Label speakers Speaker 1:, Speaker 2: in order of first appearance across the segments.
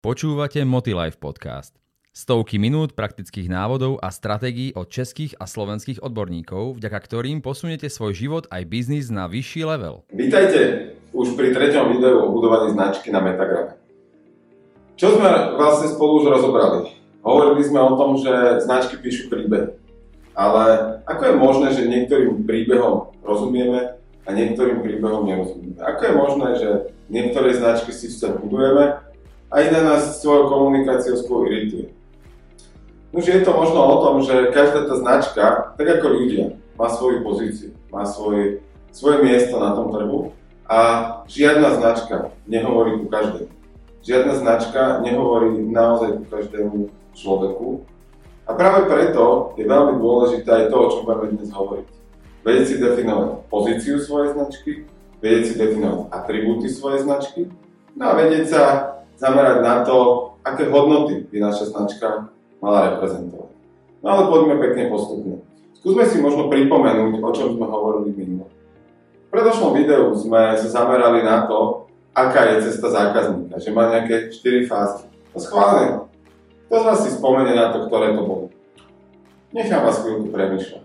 Speaker 1: Počúvate Motilife podcast. Stovky minút praktických návodov a stratégií od českých a slovenských odborníkov, vďaka ktorým posuniete svoj život aj biznis na vyšší level.
Speaker 2: Vítajte už pri 3. videu o budovaní značky na Metagrame. Čo sme vlastne spolu už rozobrali? Hovorili sme o tom, že značky píšu príbeh. Ale ako je možné, že niektorým príbehom rozumieme a niektorým príbehom nerozumieme? Ako je možné, že niektoré značky si budujeme a iná nás svojou komunikáciou skôr irituje? Už je to možno o tom, že každá tá značka, tak ako ľudia, má svoju pozíciu, má svoje miesto na tom trhu a žiadna značka nehovorí ku každému. Žiadna značka nehovorí naozaj ku každému človeku a práve preto je veľmi dôležité aj to, o čom budeme dnes hovoriť. Vedieť si definovať pozíciu svojej značky, vedieť si definovať atribúty svojej značky, no a vedieť sa zamerať na to, aké hodnoty by naša značka mala reprezentovať. No ale poďme pekne postupne. Skúsme si možno pripomenúť, o čom sme hovorili minule. V predošlom videu sme sa zamerali na to, aká je cesta zákazníka, že má nejaké 4 fázy. No schválne. Kto z vás si spomenie na to, ktoré to boli? Nechám vás chvíľku premýšľať.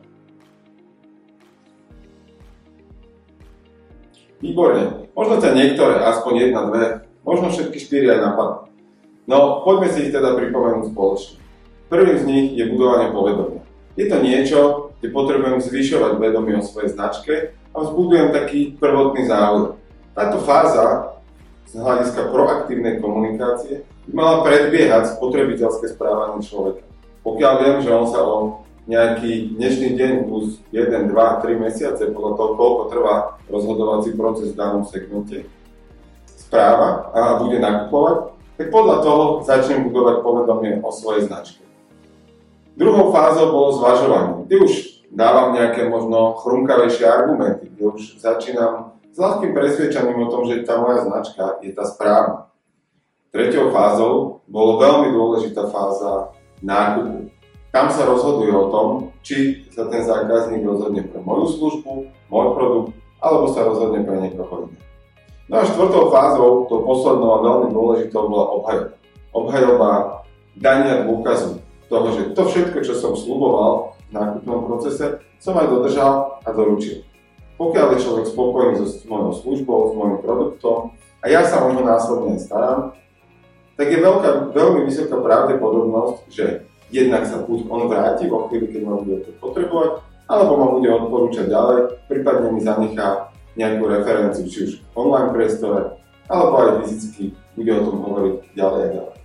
Speaker 2: Výborne. Možno ťa niektoré, aspoň 1, 2, možno všetky 4 aj napadnú. No, poďme si ich teda pripomenúť spoločne. Prvým z nich je budovanie povedomia. Je to niečo, kde potrebujem zvyšovať vedomie o svojej značke a vzbudujem taký prvotný záujem. Táto fáza z hľadiska proaktívnej komunikácie by mala predbiehať spotrebiteľské správanie človeka. Pokiaľ viem, že on sa o nejaký dnešný deň plus 1, 2, 3 mesiace podľa toho, koľko trvá rozhodovací proces v danom segmente, správa a bude nakupovať, tak podľa toho začnem budovať povedomie o svojej značke. Druhou fázou bolo zvažovanie, kde už dávam nejaké možno chrumkavejšie argumenty, kde už začínam s ľahkým presvedčením o tom, že tá moja značka je tá správna. Treťou fázou bolo veľmi dôležitá fáza nákupu. Tam sa rozhoduje o tom, či sa ten zákazník rozhodne pre moju službu, môj produkt, alebo sa rozhodne pre niekoho iného. No a štvrtou fázou, to poslednou a veľmi dôležitou, bola obhajoba. Obhajoba dania dôkazu toho, že to všetko, čo som sľuboval v nákupnom procese, som aj dodržal a doručil. Pokiaľ je človek spokojný so mojou službou, s mojím produktom a ja sa o ňo následne starám, tak je veľmi vysoká pravdepodobnosť, že jednak sa buď on vráti vo chvíli, keď ma bude potrebovať, alebo ma bude odporúčať ďalej, prípadne mi zanechá nejakú referenciu, či už v online priestore, alebo aj fyzicky bude o tom hovoriť ďalej a ďalej.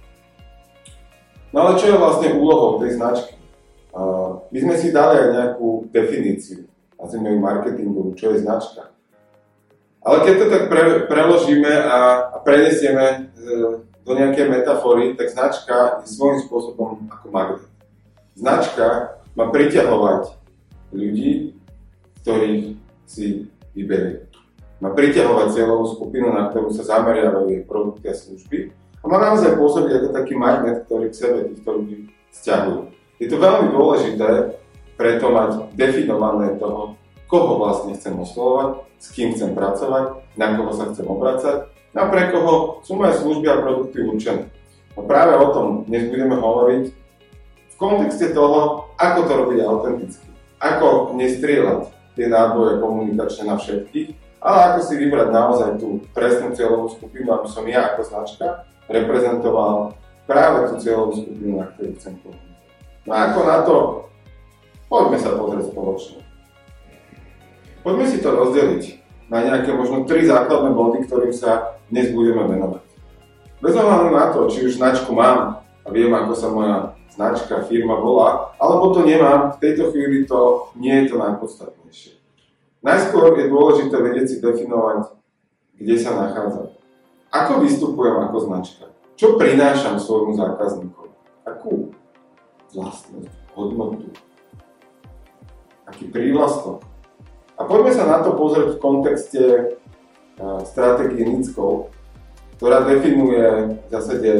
Speaker 2: No ale čo je vlastne úlohou tej značky? My sme si dali aj nejakú definíciu, nazvime ju marketingovú, čo je značka. Ale keď to tak preložíme a prenesieme do nejakej metafory, tak značka je svojím spôsobom ako magnet. Značka má priťahovať ľudí, ktorých si vyberie. Má priťahovať cieľovú skupinu, na ktorú sa zameriavajú jej produkty a služby a má naozaj pôsobiť ako taký magnet, ktorý k sebe týchto ľudí sťahuje. Je to veľmi dôležité preto mať definované toho, koho vlastne chcem oslovovať, s kým chcem pracovať, na koho sa chcem obracať a pre koho sú moje služby a produkty určené. A práve o tom dnes budeme hovoriť v kontexte toho, ako to robiť autenticky, ako nestrieľať tie náboje komunikačne na všetkých, ale ako si vybrať naozaj tú presnú cieľovú skupinu, aby som ja ako značka reprezentoval práve tú cieľovú skupinu, na ktorú chcem komunikovať. No a ako na to, poďme sa pozrieť spoločne. Poďme si to rozdeliť na nejaké možno 3 základné body, ktorým sa dnes budeme venovať. Bez ohľadu na to, či už značku mám a viem, ako sa moja značka, firma volá, alebo to nemám, v tejto chvíli to nie je to najpodstatnejšie. Najskôr je dôležité vedieť si definovať, kde sa nachádzam. Ako vystupujem ako značka? Čo prinášam svojmu zákazníkovi? Akú vlastnosť, hodnotu? Aký prívlastok? A poďme sa na to pozrieť v kontexte stratégie NICKov, ktorá definuje v zásade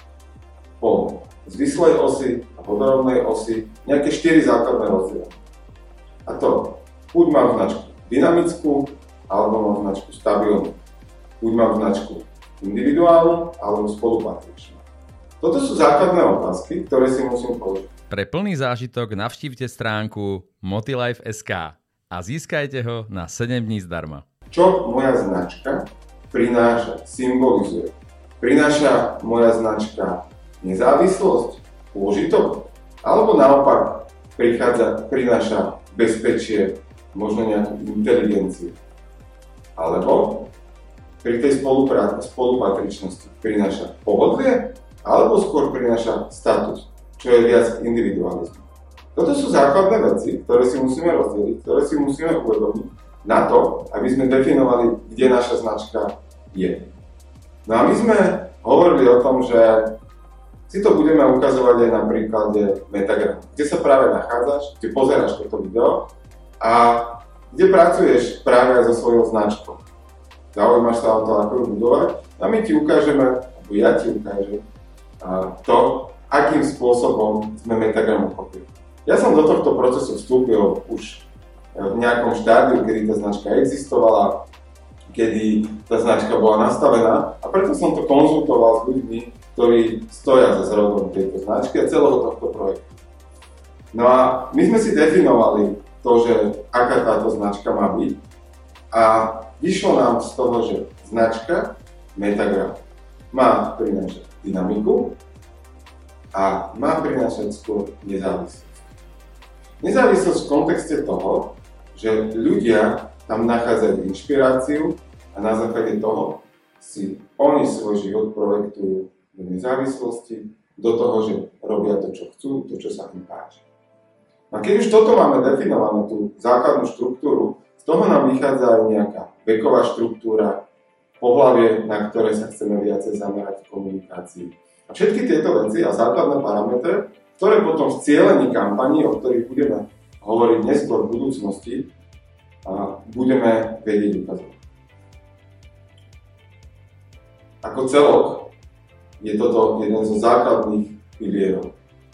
Speaker 2: po zvislej osy a vodorovnej osy nejaké 4 základné rozdiely. A to, buď mám značku dynamickú, alebo mám značku stabilnú. Buď mám značku individuálnu, alebo spolupatričnú. Toto sú základné otázky, ktoré si musím položiť.
Speaker 1: Pre plný zážitok navštívte stránku Motilife.sk a získajte ho na 7 dní zdarma.
Speaker 2: Čo moja značka prináša, symbolizuje? Prináša moja značka nezávislosť, pôžitok? Alebo naopak prináša bezpečie, možno nejakú inteligenciu? Alebo pri tej spolupatričnosti prináša pohodlie? Alebo skôr prináša status, čo je viac individualizmu? Toto sú základné veci, ktoré si musíme rozdeliť, ktoré si musíme uvedomiť na to, aby sme definovali, kde naša značka je. No a my sme hovorili o tom, že si to budeme ukazovať aj na príklade Metagramu, kde sa práve nachádzaš, kde pozeráš toto video a kde pracuješ práve aj so svojou značkou. Zaujímaš sa o to, ako ju budovať a my ti ukážeme, alebo ja ti ukážem to, akým spôsobom sme Metagram uchopili. Ja som do tohto procesu vstúpil už v nejakom štádiu, kedy tá značka existovala, kedy tá značka bola nastavená a preto som to konzultoval s ľuďmi, ktorí stoja za zrodom tejto značky a celého tohto projektu. No a my sme si definovali to, že aká táto značka má byť a vyšlo nám z toho, že značka Metagram má prinášať dynamiku a má prinášať skôr nezávislosť. Nezávislosť v kontexte toho, že ľudia tam nachádzajú inšpiráciu a na základe toho si oni svoj život projektujú do nezávislosti, do toho, že robia to, čo chcú, to, čo sa im páči. A keď už toto máme definovanú, tú základnú štruktúru, z toho nám vychádza aj nejaká veková štruktúra, pohlavie, na ktoré sa chceme viacej zamerať v komunikácii. A všetky tieto veci a základné parametre, ktoré potom v cielení kampaní, o ktorých budeme hovoriť neskôr v budúcnosti, budeme vedieť ukazovať. Ako celok je toto jeden zo základných pilierov.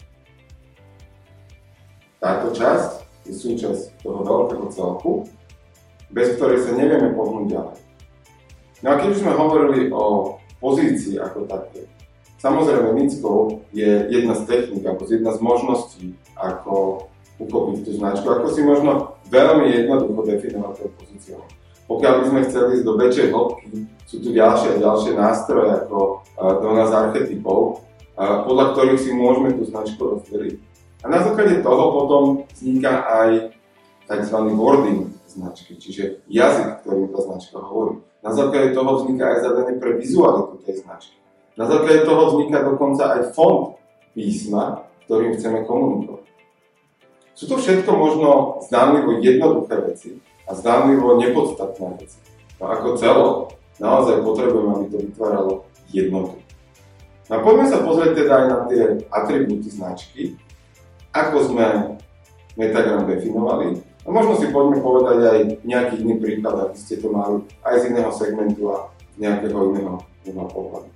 Speaker 2: Táto časť je súčasť toho veľkého celku, bez ktorej sa nevieme pohnúť ďalej. No a keď už sme hovorili o pozícii ako také, samozrejme Micko je jedna z techník, alebo jedna z možností, ako uchopiť tú značku, ako si možno veľmi jednoducho definovať tú pozíciu. Pokiaľ by sme chceli ísť do väčšej hĺbky, sú tu ďalšie a ďalšie nástroje ako 12 archetypov, podľa ktorých si môžeme tú značku rozdeliť. A na základe toho potom vzniká aj tzv. Wording značky, čiže jazyk, ktorým tá značka hovorí. Na základe toho vzniká aj zadanie pre vizualitu tej značky. Na základe toho vzniká dokonca aj font písma, ktorým chceme komunikovať. Sú to všetko možno zdánlivo jednoduché veci a zdánlivo nepodstatné veci. No ako celok, naozaj potrebujeme, aby to vytváralo jednotu. No poďme sa pozrieť teda aj na tie atribúty značky, ako sme Metagram definovali. A možno si poďme povedať aj nejaký iný príklad, aby ste to mali aj z iného segmentu a z nejakého iného pohľadu.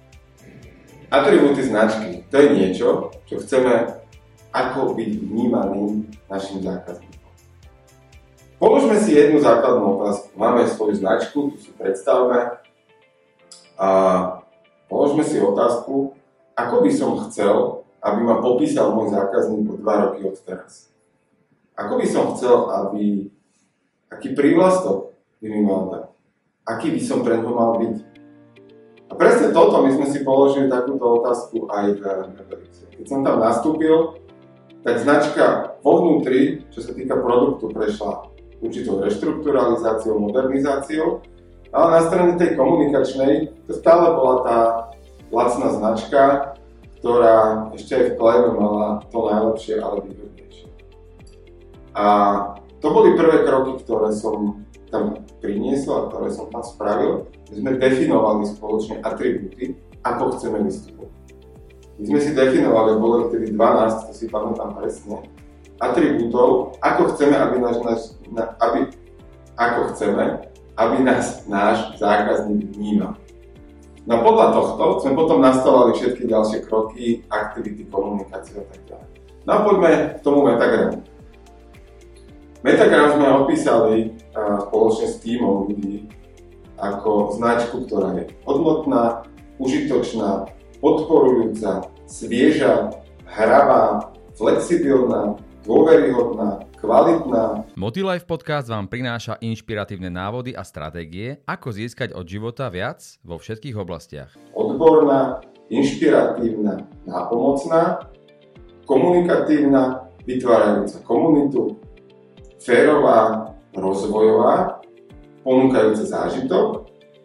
Speaker 2: Atribúty značky, to je niečo, čo chceme ako byť vnímaný našim zákazníkom. Položme si jednu základnú otázku. Máme svoju značku, tu si predstavme a položme si otázku, ako by som chcel, aby ma popísal môj zákazník o 2 roky od teraz. Ako by som chcel, aký prívlastok by mi mal dať? Aký by som pre ňoho mal byť? A presne toto my sme si položili takúto otázku aj v Revoluce. Keď som tam nastúpil, tak značka vo vnútri, čo sa týka produktu, prešla určitou reštrukturalizáciou, modernizáciou, ale na strane tej komunikačnej to stále bola tá lacná značka, ktorá ešte aj v klejme mala to najlepšie, ale výhodnejšie. A to boli prvé kroky, ktoré som tam priniesol a ktoré som tam spravil. My sme definovali spoločne atribúty, ako chceme vystupovať. My sme si definovali, bolo ich tedy 12, to si pamätám presne, atribútov, ako chceme, aby nás náš zákazník vnímal. No podľa tohto sme potom nastavovali všetky ďalšie kroky, aktivity, komunikácie a tak ďalej. No a poďme k tomu Metagramu. Metagram sme opísali spoločne s tímom ľudí ako značku, ktorá je hodnotná, užitočná, podporujúca, svieža, hravá, flexibilná, dôveryhodná, kvalitná.
Speaker 1: Motilife podcast vám prináša inšpiratívne návody a stratégie, ako získať od života viac vo všetkých oblastiach.
Speaker 2: Odborná, inšpiratívna, nápomocná, komunikatívna, vytvárajúca komunitu, férová, rozvojová, ponúkajúca zážitok,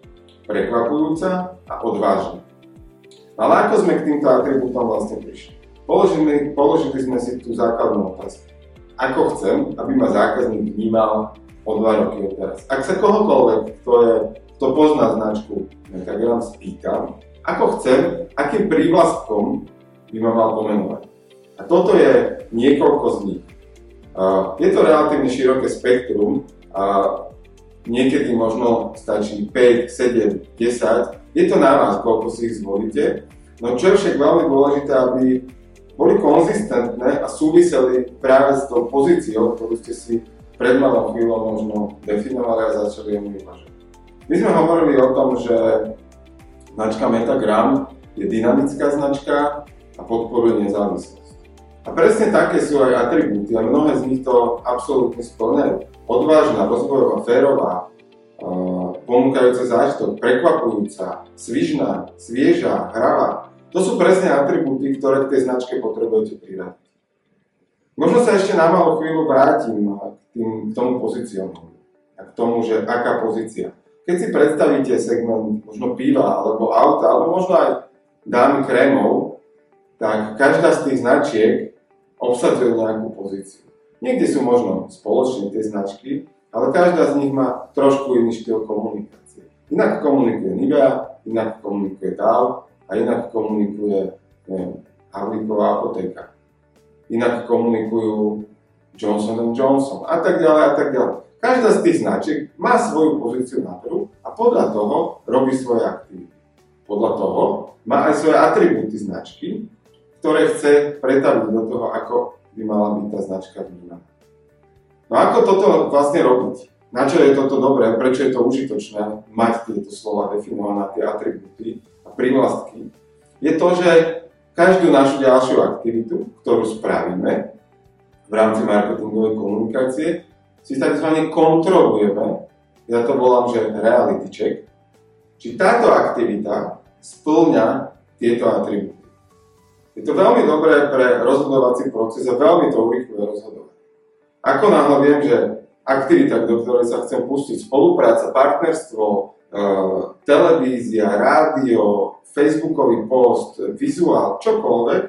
Speaker 2: prekvapujúca a odvážna. Ale ako sme k týmto atribútom vlastne prišli? Položili sme si tú základnú otázku. Ako chcem, aby ma zákazník vnímal o 2 roky od teraz? Ak sa kohokoľvek, kto pozná značku Metagram, spýtam, ako chcem, akým prívlastkom by ma mal pomenovať. A toto je niekoľko z nich. Je to relatívne široké spektrum. Niekedy možno stačí 5, 7, 10. Je to na vás, koľko si ich zvolíte. No čo je však veľmi dôležité, aby boli konzistentné a súviseli práve s tou pozíciou, ktorú ste si pred malou chvíľou možno definovali a začali ju uvažovať. My sme hovorili o tom, že značka Metagram je dynamická značka a podporuje nezávislosť. A presne také sú aj atribúty a mnohé z nich to absolútne spĺňajú. Odvážna, rozvojová, férová, ponúkajúca zážitok, prekvapujúca, svižná, svieža, hravá. To sú presne atribúty, ktoré k tej značke potrebujete priradiť. Možno sa ešte na malú chvíľu vrátim k tomu pozicionovaniu a k tomu, že aká pozícia. Keď si predstavíte segment možno piva, alebo auta, alebo možno aj dámy krémov, tak každá z tých značiek obsadzuje nejakú pozíciu. Niekde sú možno spoločne tie značky, ale každá z nich má trošku iný štýl komunikácie. Inak komunikuje Nivea, inak komunikuje Dove a inak komunikuje Havlíková apotéka. Inak komunikujú Johnson & Johnson a tak ďalej a tak ďalej. Každá z tých značiek má svoju pozíciu na trhu a podľa toho robí svoje aktivity. Podľa toho má aj svoje atribúty značky, ktoré chce pretaviť do toho, ako by mala byť tá značka vnímaná. No ako toto vlastne robiť? Na čo je toto dobré? Prečo je to užitočné mať tieto slova definované, tie atribúty a prívlastky? Je to, že každú našu ďalšiu aktivitu, ktorú spravíme v rámci marketingovej komunikácie, si tzv. Kontrolujeme, ja to volám, že reality check, či táto aktivita spĺňa tieto atribúty. Je to veľmi dobré pre rozhodovací proces a veľmi to urýchľuje rozhodovanie. Ako náhle viem, že aktivita, do ktorej sa chcem pustiť, spolupráca, partnerstvo, televízia, rádio, facebookový post, vizuál, čokoľvek,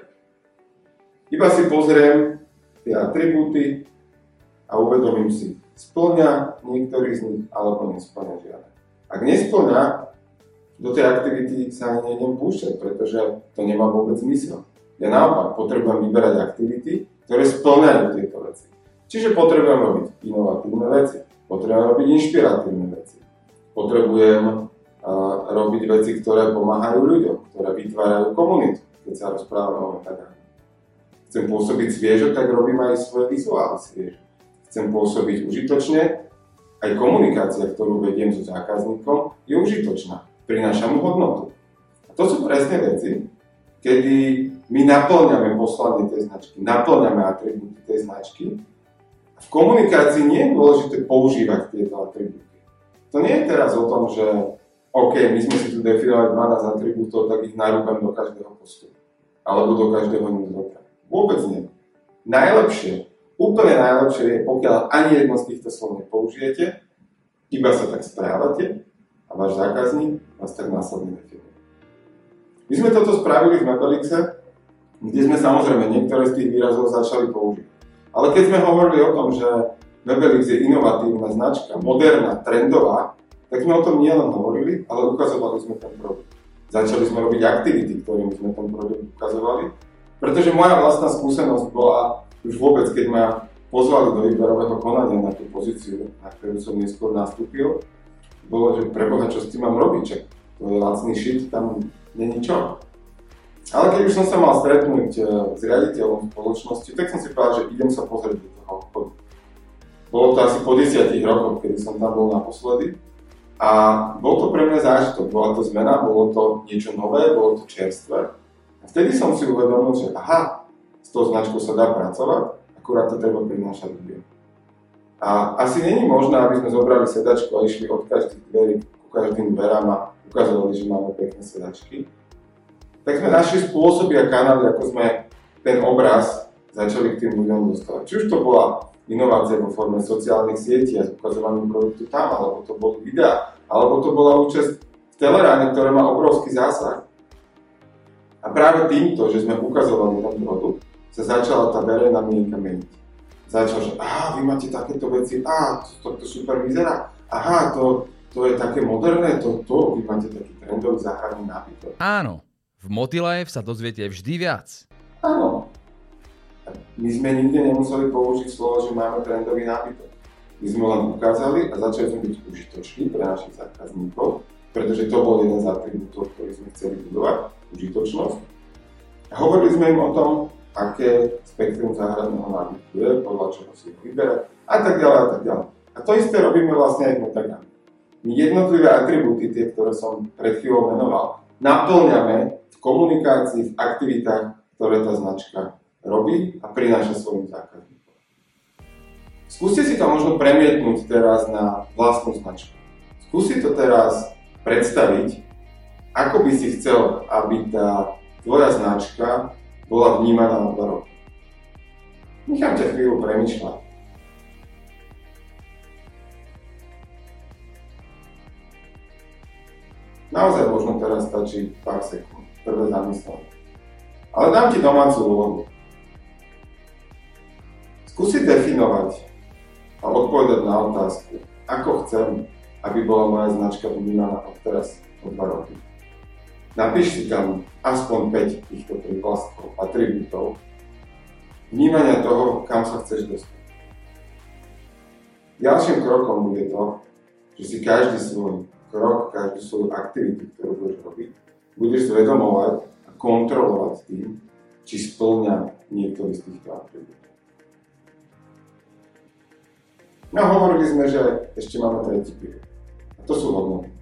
Speaker 2: iba si pozriem tie atribúty a uvedomím si, spĺňa niektorý z nich alebo nespĺňa žiadne. Ak nespĺňa, do tej aktivity sa ani nejdem púšťať, pretože to nemá vôbec zmysel. Ja naopak potrebujem vyberať aktivity, ktoré spĺňajú tieto veci. Čiže potrebujem robiť inovatívne veci, potrebujem robiť inšpiratívne veci, potrebujem robiť veci, ktoré pomáhajú ľuďom, ktoré vytvárajú komunitu, keď sa rozprávame o Metagramu. Chcem pôsobiť sviežo, tak robím aj svoje vizuály sviežo. Chcem pôsobiť užitočne, aj komunikácia, ktorú vediem so zákazníkom, je užitočná, prináša mu hodnotu. A to sú presne veci, kedy my naplňame poslanie tej značky, naplňame atribúty tej značky. V komunikácii nie je dôležité používať tieto atribúty. To nie je teraz o tom, že OK, my sme si tu definovali 12 atribútov, tak ich narúbam do každého postu. Alebo do každého newslettera. Vôbec nie. Najlepšie, úplne najlepšie je, pokiaľ ani jedno z týchto slov nepoužijete, iba sa tak správate a váš zákazník vás tak následne definuje. My sme toto spravili v Mebelixe, kde sme samozrejme niektoré z tých výrazov začali používať. Ale keď sme hovorili o tom, že Mebelix je inovatívna značka, moderná, trendová, tak sme o tom nielen hovorili, ale ukazovali sme ten produkt. Začali sme robiť aktivity, ktorými sme ten produkt ukazovali, pretože moja vlastná skúsenosť bola už vôbec, keď ma pozvali do výberového konania na tú pozíciu, na ktorú som neskôr nastúpil, bolo, že preboha, čo s tým mám robiť, čak to je lacný shit, tam není čo. Ale keď už som sa mal stretnúť s riaditeľom spoločnosti, tak som si povedal, že idem sa pozrieť do toho obchodu. Bolo to asi po 10 rokoch, kedy som tam bol naposledy. A bol to pre mňa zážitok, bola to zmena, bolo to niečo nové, bolo to čerstvé. A vtedy som si uvedomil, že aha, s tou značkou sa dá pracovať, akurát to treba prinášať ľuďom. A asi není možné, aby sme zobrali sedačku a išli od každých dverí ku každým dverám a ukazovali, že máme pekné sedačky. Tak sme našli spôsoby a kanály, ako sme ten obraz začali k tým ľuďom dostávať. Či už to bola inovácia vo forme sociálnych sietí a s ukazovaním produktu tam, alebo to boli videá, alebo to bola účasť v Teleráne, ktoré má obrovský zásah. A práve týmto, že sme ukazovali ten produkt, sa začala tá verejná mienka meniť. Začal, že aha, vy máte takéto veci, to super vyzerá, aha, to je také moderné, vy máte taký trendový záhradný nábytok.
Speaker 1: Áno, v Motilife sa dozviete vždy viac.
Speaker 2: Áno. My sme nikde nemuseli použiť slovo, že máme trendový nábytok. My sme len ukázali a začali sme byť užitoční pre našich zákazníkov, pretože to bol jeden z atribútov, ktorý sme chceli budovať, užitočnosť. A hovorili sme im o tom, aké spektrum záhradného nábytku je, podľa čoho si ho vyberať a tak ďalej a tak ďalej. A to isté robíme vlastne aj v Metagrame. My jednotlivé atribúty, tie, ktoré som pred chvíľou menoval, naplňame v komunikácii, v aktivitách, ktoré tá značka robí a prináša svojim zákazníkom. Skúste si to možno premietnúť teraz na vlastnú značku. Skúsi to teraz predstaviť, ako by si chcel, aby tá tvoja značka bola vnímaná na 2 roky. Nechám ťa chvíľu premýšľať. Naozaj možno teraz stačí pár sekúnd, prvé zamyslenie. Ale dám ti domácu úlohu. Skúsi definovať a odpovedať na otázku, ako chcem, aby bola moja značka vnímaná od teraz o 2 roky. Napíš si tam aspoň 5 týchto prívlastkov, atribútov, vnímania toho, kam sa chceš dostať. Ďalším krokom bude to, že si každý svoj krok, každú svoju aktivitu, ktorú budeš robiť, budeš zvedomovať a kontrolovať tým, či spĺňa niektorý z týchto atribútov. No hovorili sme, že ešte máme tretí pilier. A to sú hodnoty.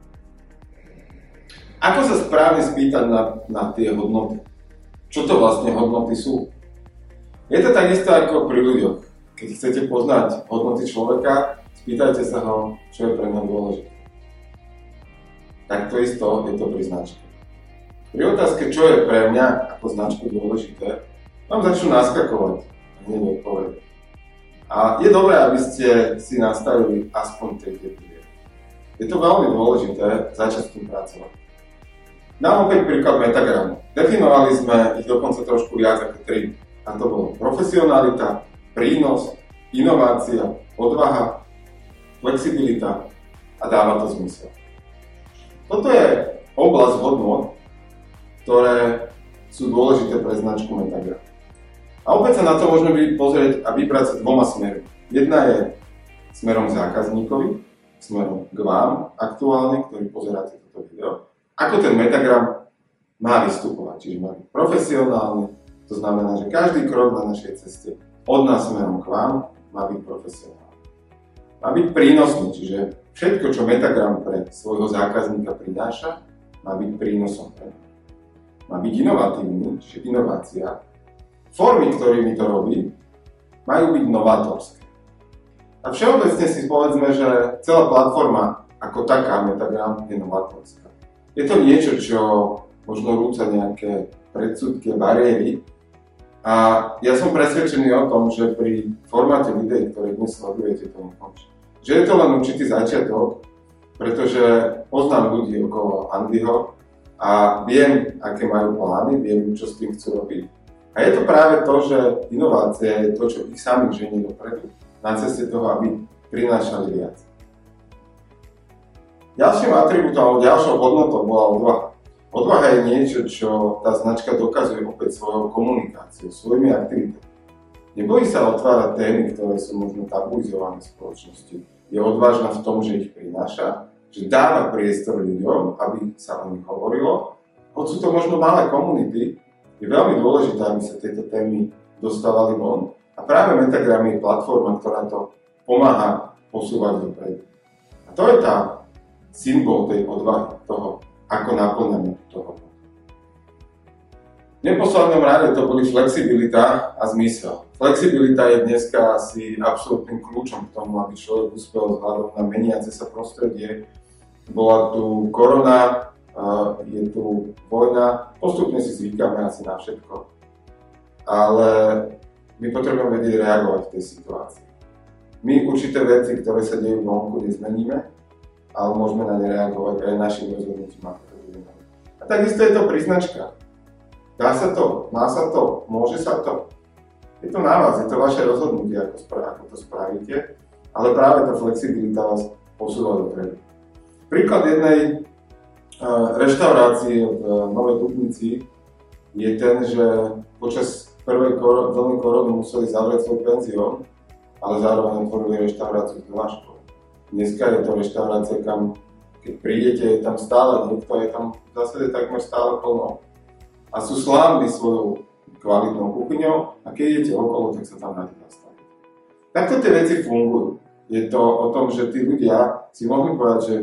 Speaker 2: Ako sa správne spýtať na tie hodnoty? Čo to vlastne hodnoty sú? Je to takisto ako pri ľuďoch. Keď chcete poznať hodnoty človeka, spýtajte sa ho, čo je pre mňa dôležité. Tak to isto je to pri značke. Pri otázke, čo je pre mňa ako značku dôležité, vám začnú naskakovať a hneď odpovedať. A je dobré, aby ste si nastavili aspoň tie piliere. Je to veľmi dôležité začať s tým pracovať. Dám opäť príklad Metagramu. Definovali sme ich dokonca trošku viac ako 3. A to bolo profesionalita, prínos, inovácia, odvaha, flexibilita a dáva to zmysel. Toto je oblasť hodnôt, ktoré sú dôležité pre značku Metagram. A opäť sa na to môžeme pozrieť a vybrať sa 2 smermi. Jedna je smerom k zákazníkovi, smerom k vám aktuálne, ktorý pozeráte toto video. Ako ten Metagram má vystupovať, čiže má byť profesionálny, to znamená, že každý krok na našej ceste od nás smerom k vám má byť profesionálny. Má byť prínosný, čiže všetko, čo Metagram pre svojho zákazníka prináša, má byť prínosom pre ňa. Má byť inovatívny, čiže inovácia. Formy, ktorými to robí, majú byť novátorské. A všeobecne si povedzme, že celá platforma ako taká Metagram je novátorská. Je to niečo, čo možno rúca nejaké predsudky a bariéry. A ja som presvedčený o tom, že pri formáte videí, ktoré dnes sledujete, to nekončí. Že je to len určitý začiatok, pretože poznám ľudí okolo Andyho a viem, aké majú plány, viem, čo s tým chcú robiť. A je to práve to, že inovácia je to, čo ich samých ženie dopredu na ceste toho, aby prinášali viac. Ďalším atribútom, ďalšou hodnotou bola odvaha. Odvaha je niečo, čo tá značka dokazuje opäť svojou komunikáciou, svojimi aktivitami. Nebojí sa otvárať témy, ktoré sú možno tabuizované v spoločnosti. Je odvážna v tom, že ich prináša, že dáva priestor ľuďom, aby sa o nich hovorilo. Hoď sú to možno malé komunity, je veľmi dôležité, aby sa tieto témy dostávali von. A práve Metagram je platforma, ktorá to pomáha posúvať dopredu. A to je tá symbol tej odvahy, toho, ako naplňame toho. V neposlednom rade to boli flexibilita a zmysel. Flexibilita je dneska asi absolútnym kľúčom k tomu, aby človek uspel vzhľadom na meniace sa prostredie. Bola tu korona, je tu vojna, postupne si zvykáme asi na všetko. Ale my potrebujeme vedieť reagovať v tej situácii. My určité veci, ktoré sa dejú vonku, nezmeníme, ale môžeme na ne reagovať aj našim rozhodnutím. A takisto je to pri značkách. Dá sa to, má sa to, môže sa to. Je to na vás, je to vaše rozhodnutie, ako to spravíte, ale práve tá flexibilita vás posúva dopredu. Príklad jednej reštaurácie v Novej Dubnici je ten, že počas prvej vlny korony museli zavrieť svoj penzión, ale zároveň otvorili reštauráciu s donáškou. Dneska je to reštaurácia, kam keď prídete, je tam stále niekto, je tam v zásade takmer stále plno. A sú slávni svojou kvalitnou kuchyňou a keď idete okolo, tak sa tam rádi zastavíte. Takto tie veci fungujú. Je to o tom, že tí ľudia si mohli povedať, že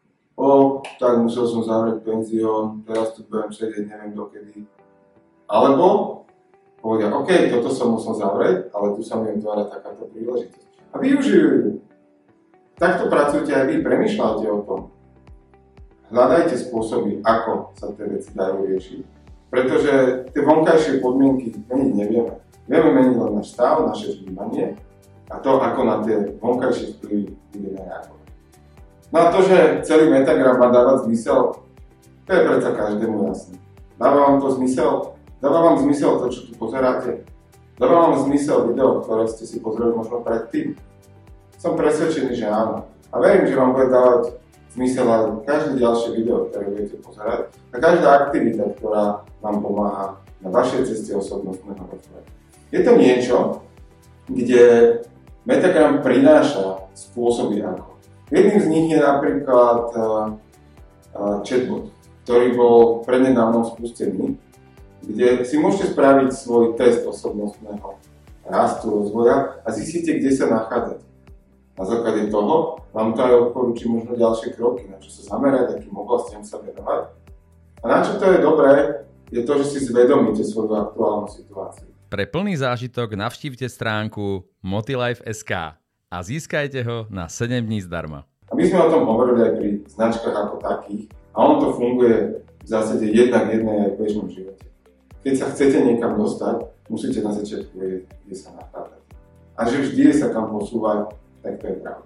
Speaker 2: tak musel som zavrieť penzión, teraz tu budem sedieť, neviem dokedy. Alebo povedia, OK, toto som musel zavrieť, ale tu sa mi otvára takáto príležitosť. A využijú ju. Takto pracujte aj vy, premýšľajte o tom. Hľadajte spôsoby, ako sa tie veci dajú riešiť. Pretože tie vonkajšie podmienky meniť nevieme. Vieme meniť len náš stav, naše vnímanie a to, ako na tie vonkajšie vplyvy budeme reagovať. No a to, že celý Metagram má dávať zmysel, to je predsa každému jasné. Dáva vám to zmysel? Dáva vám zmysel to, čo tu pozeráte? Dáva vám zmysel video, ktoré ste si pozreli možno predtým? Som presvedčený, že áno. A verím, že vám bude dávať zmysel aj každé ďalšie video, ktoré budete pozerať a každá aktivita, ktorá vám pomáha na vašej ceste osobnostného rozvoja. Je to niečo, kde Metagram prináša spôsoby ako. Jedným z nich je napríklad chatbot, ktorý bol prednedávnom spustený, kde si môžete spraviť svoj test osobnostného rastu, rozvoja a zistíte, kde sa nachádzate. Na základe toho vám to aj odporúči možno ďalšie kroky, na čo sa zamerať, akým oblastiam sa venovať. A na čo to je dobré, je to, že si zvedomíte svoju aktuálnu situáciu.
Speaker 1: Pre plný zážitok navštívte stránku Motilife.sk a získajte ho na 7 dní zdarma.
Speaker 2: A my sme o tom hovorili aj pri značkách ako takých a ono to funguje v zásade jedna k jednej aj v bežnom živote. Keď sa chcete niekam dostať, musíte na začiatku vedieť, kde sa nachádzate. A že vždy sa kam posúvať, tak to je pravda.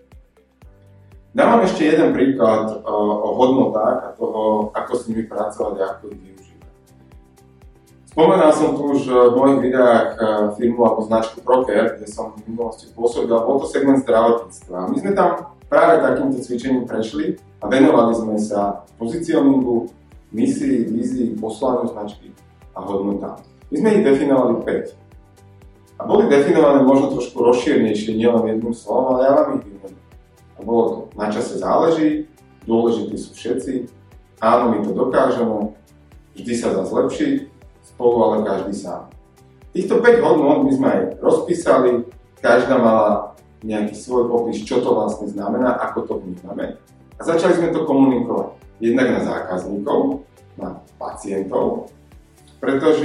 Speaker 2: Dám vám ešte jeden príklad o hodnotách a toho, ako s nimi pracovať a ako ich využívať. Spomenal som tu už v mojich videách firmu alebo značku Procare, kde som v minulosti pôsobil, bol to segment zdravotníctva. My sme tam práve takýmto cvičením prešli a venovali sme sa pozicioningu, misii, vízii, poslaniu značky a hodnotám. My sme ich definovali 5. A boli definované možno trošku rozšírnejšie, nielen jedným slovom, ale ja vám ich vymením. A bolo to, na čase záleží, dôležití sú všetci, áno, my to dokážeme, vždy sa dá zlepšiť, spolu ale každý sám. Týchto 5 hodnôt my sme aj rozpísali, každá mala nejaký svoj popis, čo to vlastne znamená, ako to vnímame. A začali sme to komunikovať jednak na zákazníkov, na pacientov, pretože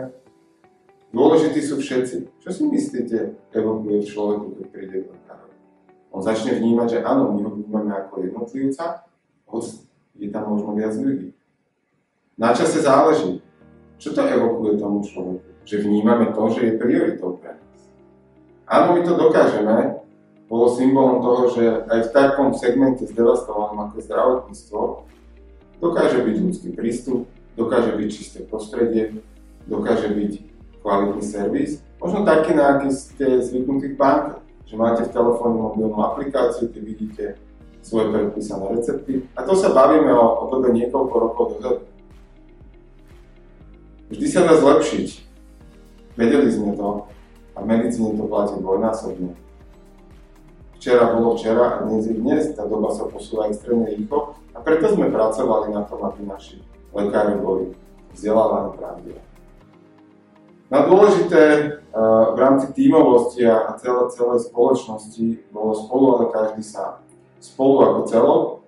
Speaker 2: dôležití sú všetci. Čo si myslíte, evokuje človeku, keď príde do lekára? On začne vnímať, že áno, my ho vnímame ako jednotlivca, hoď je tam možno viac ľudí. Na čase záleží. Čo to evokuje tomu človeku? Že vnímame to, že je prioritou pre nás. Áno, my to dokážeme. Bolo symbolom toho, že aj v takom segmente zdevastovanom ako je zdravotníctvo dokáže byť ľudský prístup, dokáže byť čisté prostredie, dokáže byť kvalitný servis. Možno taký, na aký ste zvyknutí v banke, že máte v telefóne mobilnú aplikáciu, kde vidíte svoje predpísané recepty. A to sa bavíme o dobe niekoľko rokov dozadu. Vždy sa dá zlepšiť. Vedeli sme to a v medicíne to platí dvojnásobne. Včera bolo včera a dnes je dnes. Tá doba sa posúva extrémne rýchlo a preto sme pracovali na tom, aby naši lekári boli vzdelávaní pravdivo. No dôležité v rámci tímovosti a celej spoločnosti bolo spolu, ale každý sám. Spolu ako celok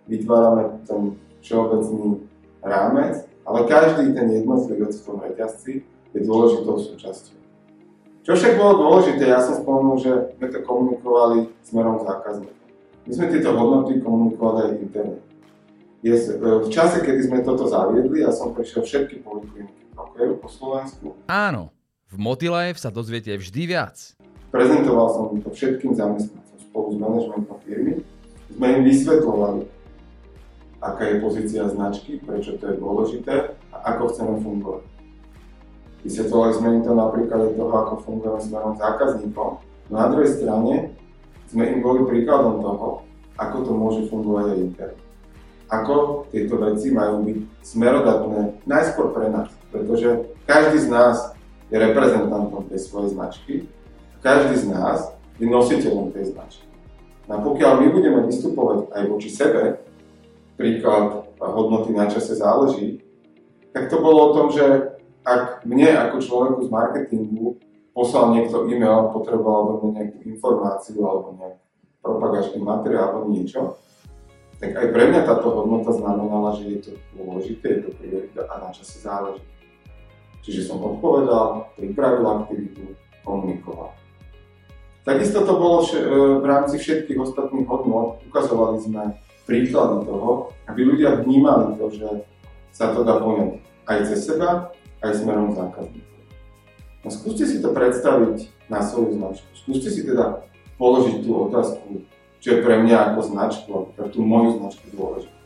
Speaker 2: vytvárame ten všeobecný rámec, ale každý ten jednotlivec v tom reťazci je dôležitou súčasťou. Čo však bolo dôležité, ja som spomenul, že sme to komunikovali smerom zákazníka. My sme tieto hodnoty komunikovali aj interne. V čase, kedy sme toto zaviedli, ja som prešiel všetky polikliniky brokerov po Slovensku.
Speaker 1: Áno, v Motilife sa dozviete vždy viac.
Speaker 2: Prezentoval som to všetkým zamestnancom spolu s manažmentom firmy. Sme im vysvetľovali, aká je pozícia značky, prečo to je dôležité a ako chceme fungovať. Vysvetľovali sme im to napríklad aj toho, ako fungujeme smerom zákazníkom. No na druhej strane sme im boli príkladom toho, ako to môže fungovať aj interne. Ako tieto veci majú byť smerodatné najskôr pre nás, pretože každý z nás je reprezentantom tej svojej značky a každý z nás je nositeľom tej značky. A pokiaľ my budeme vystupovať aj voči sebe, príklad hodnoty na čase záleží, tak to bolo o tom, že ak mne ako človeku z marketingu poslal niekto e-mail, potreboval do mňa nejakú informáciu alebo nejaký propagačný materiál alebo niečo, tak aj pre mňa táto hodnota znamenala, že je to dôležité, je to priorita a na čase záleží. Čiže som odpovedal, pripravil aktivitu, komunikoval. Takisto to bolo v rámci všetkých ostatných hodnot, ukazovali sme príklady toho, aby ľudia vnímali to, že sa to dá poňať aj cez seba, aj smerom zákazníkov. No skúste si to predstaviť na svoju značku. Skúste si teda položiť tú otázku, čo je pre mňa ako značku, ako pre tú moju značku dôležité.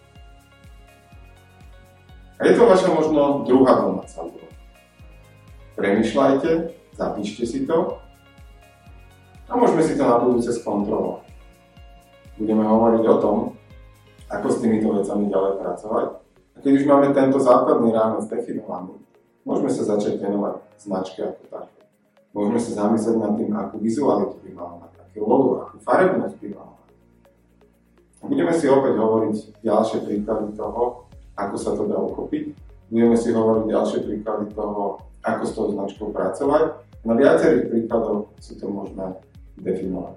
Speaker 2: A je to vaša možno druhá domáca úloha. Premýšľajte, zapíšte si to a môžeme si to na budúce skontrolovať. Budeme hovoriť o tom, ako s týmito vecami ďalej pracovať. A keď už máme tento základný rámec definovaný, môžeme sa začať venovať značke ako také. Môžeme sa zamyslieť nad tým, akú vizualitu by mala mať, aké logo, akú farebnosť by mala mať. A budeme si opäť hovoriť ďalšie príklady toho, ako sa to dá uchopiť. Budeme si hovoriť ďalšie príklady toho, ako s tou značkou pracovať. Na viacerých príkladoch si to môžeme definovať.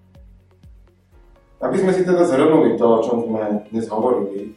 Speaker 2: Aby sme si teda zhrnuli to, o čom sme dnes hovorili,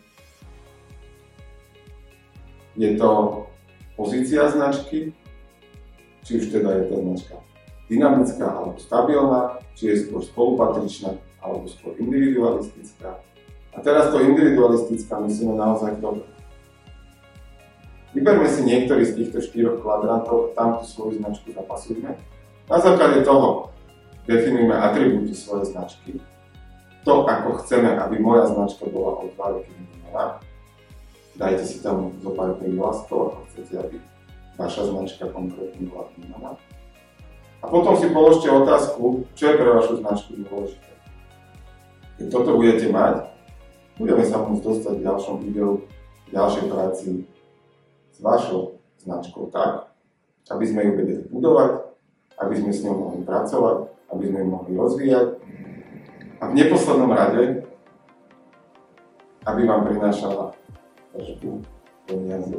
Speaker 2: je to pozícia značky, či už teda je tá značka dynamická alebo stabilná, či je skôr spolupatričná alebo skôr individualistická. A teraz to individualistická myslíme naozaj dobre. Vyberme si niektorý z týchto 4 kvadrantov a tam tú svoju značku zapasujme. Na základe toho definujme atribúty svojej značky. To, ako chceme, aby moja značka bola o 2 roky vymenená. Dajte si tam zo pár prívlastkov, ako chcete, aby vaša značka konkrétne bola vymenená. A potom si položte otázku, čo je pre vašu značku dôležité. Keď toto budete mať, budeme sa môcť dostať v ďalšom videu, v ďalšej práci s vašou značkou tak, aby sme ju vedeli budovať, aby sme s ňou mohli pracovať, aby sme ju mohli rozvíjať a v neposlednom rade, aby vám prinášala tržbu, peniaze.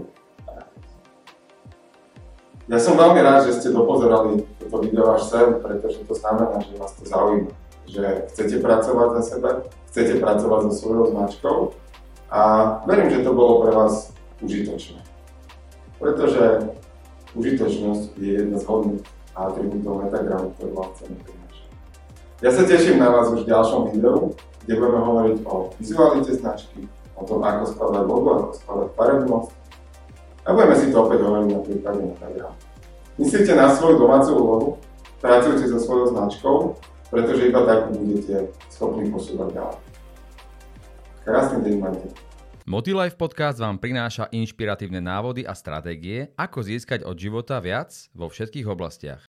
Speaker 2: Ja som veľmi rád, že ste dopozerali toto video až sem, pretože to znamená, že vás to zaujíma. Že chcete pracovať za sebe, chcete pracovať so svojou značkou a verím, že to bolo pre vás užitočné. Pretože užitočnosť je jedna z hodnôt a atribútov Metagramu, ktorú vám chceme prinášať. Ja sa teším na vás už v ďalšom videu, kde budeme hovoriť o vizualite značky, o tom, ako skladať logo, ako skladať farebnosť. A budeme si to opäť hovoriť na príklade Metagramu. Myslíte na svoju domácu úlohu, pracujte so svojou značkou, pretože iba tak budete schopní posúvať ďalej. Krásny deň majte.
Speaker 1: Motilife podcast vám prináša inšpiratívne návody a stratégie, ako získať od života viac vo všetkých oblastiach.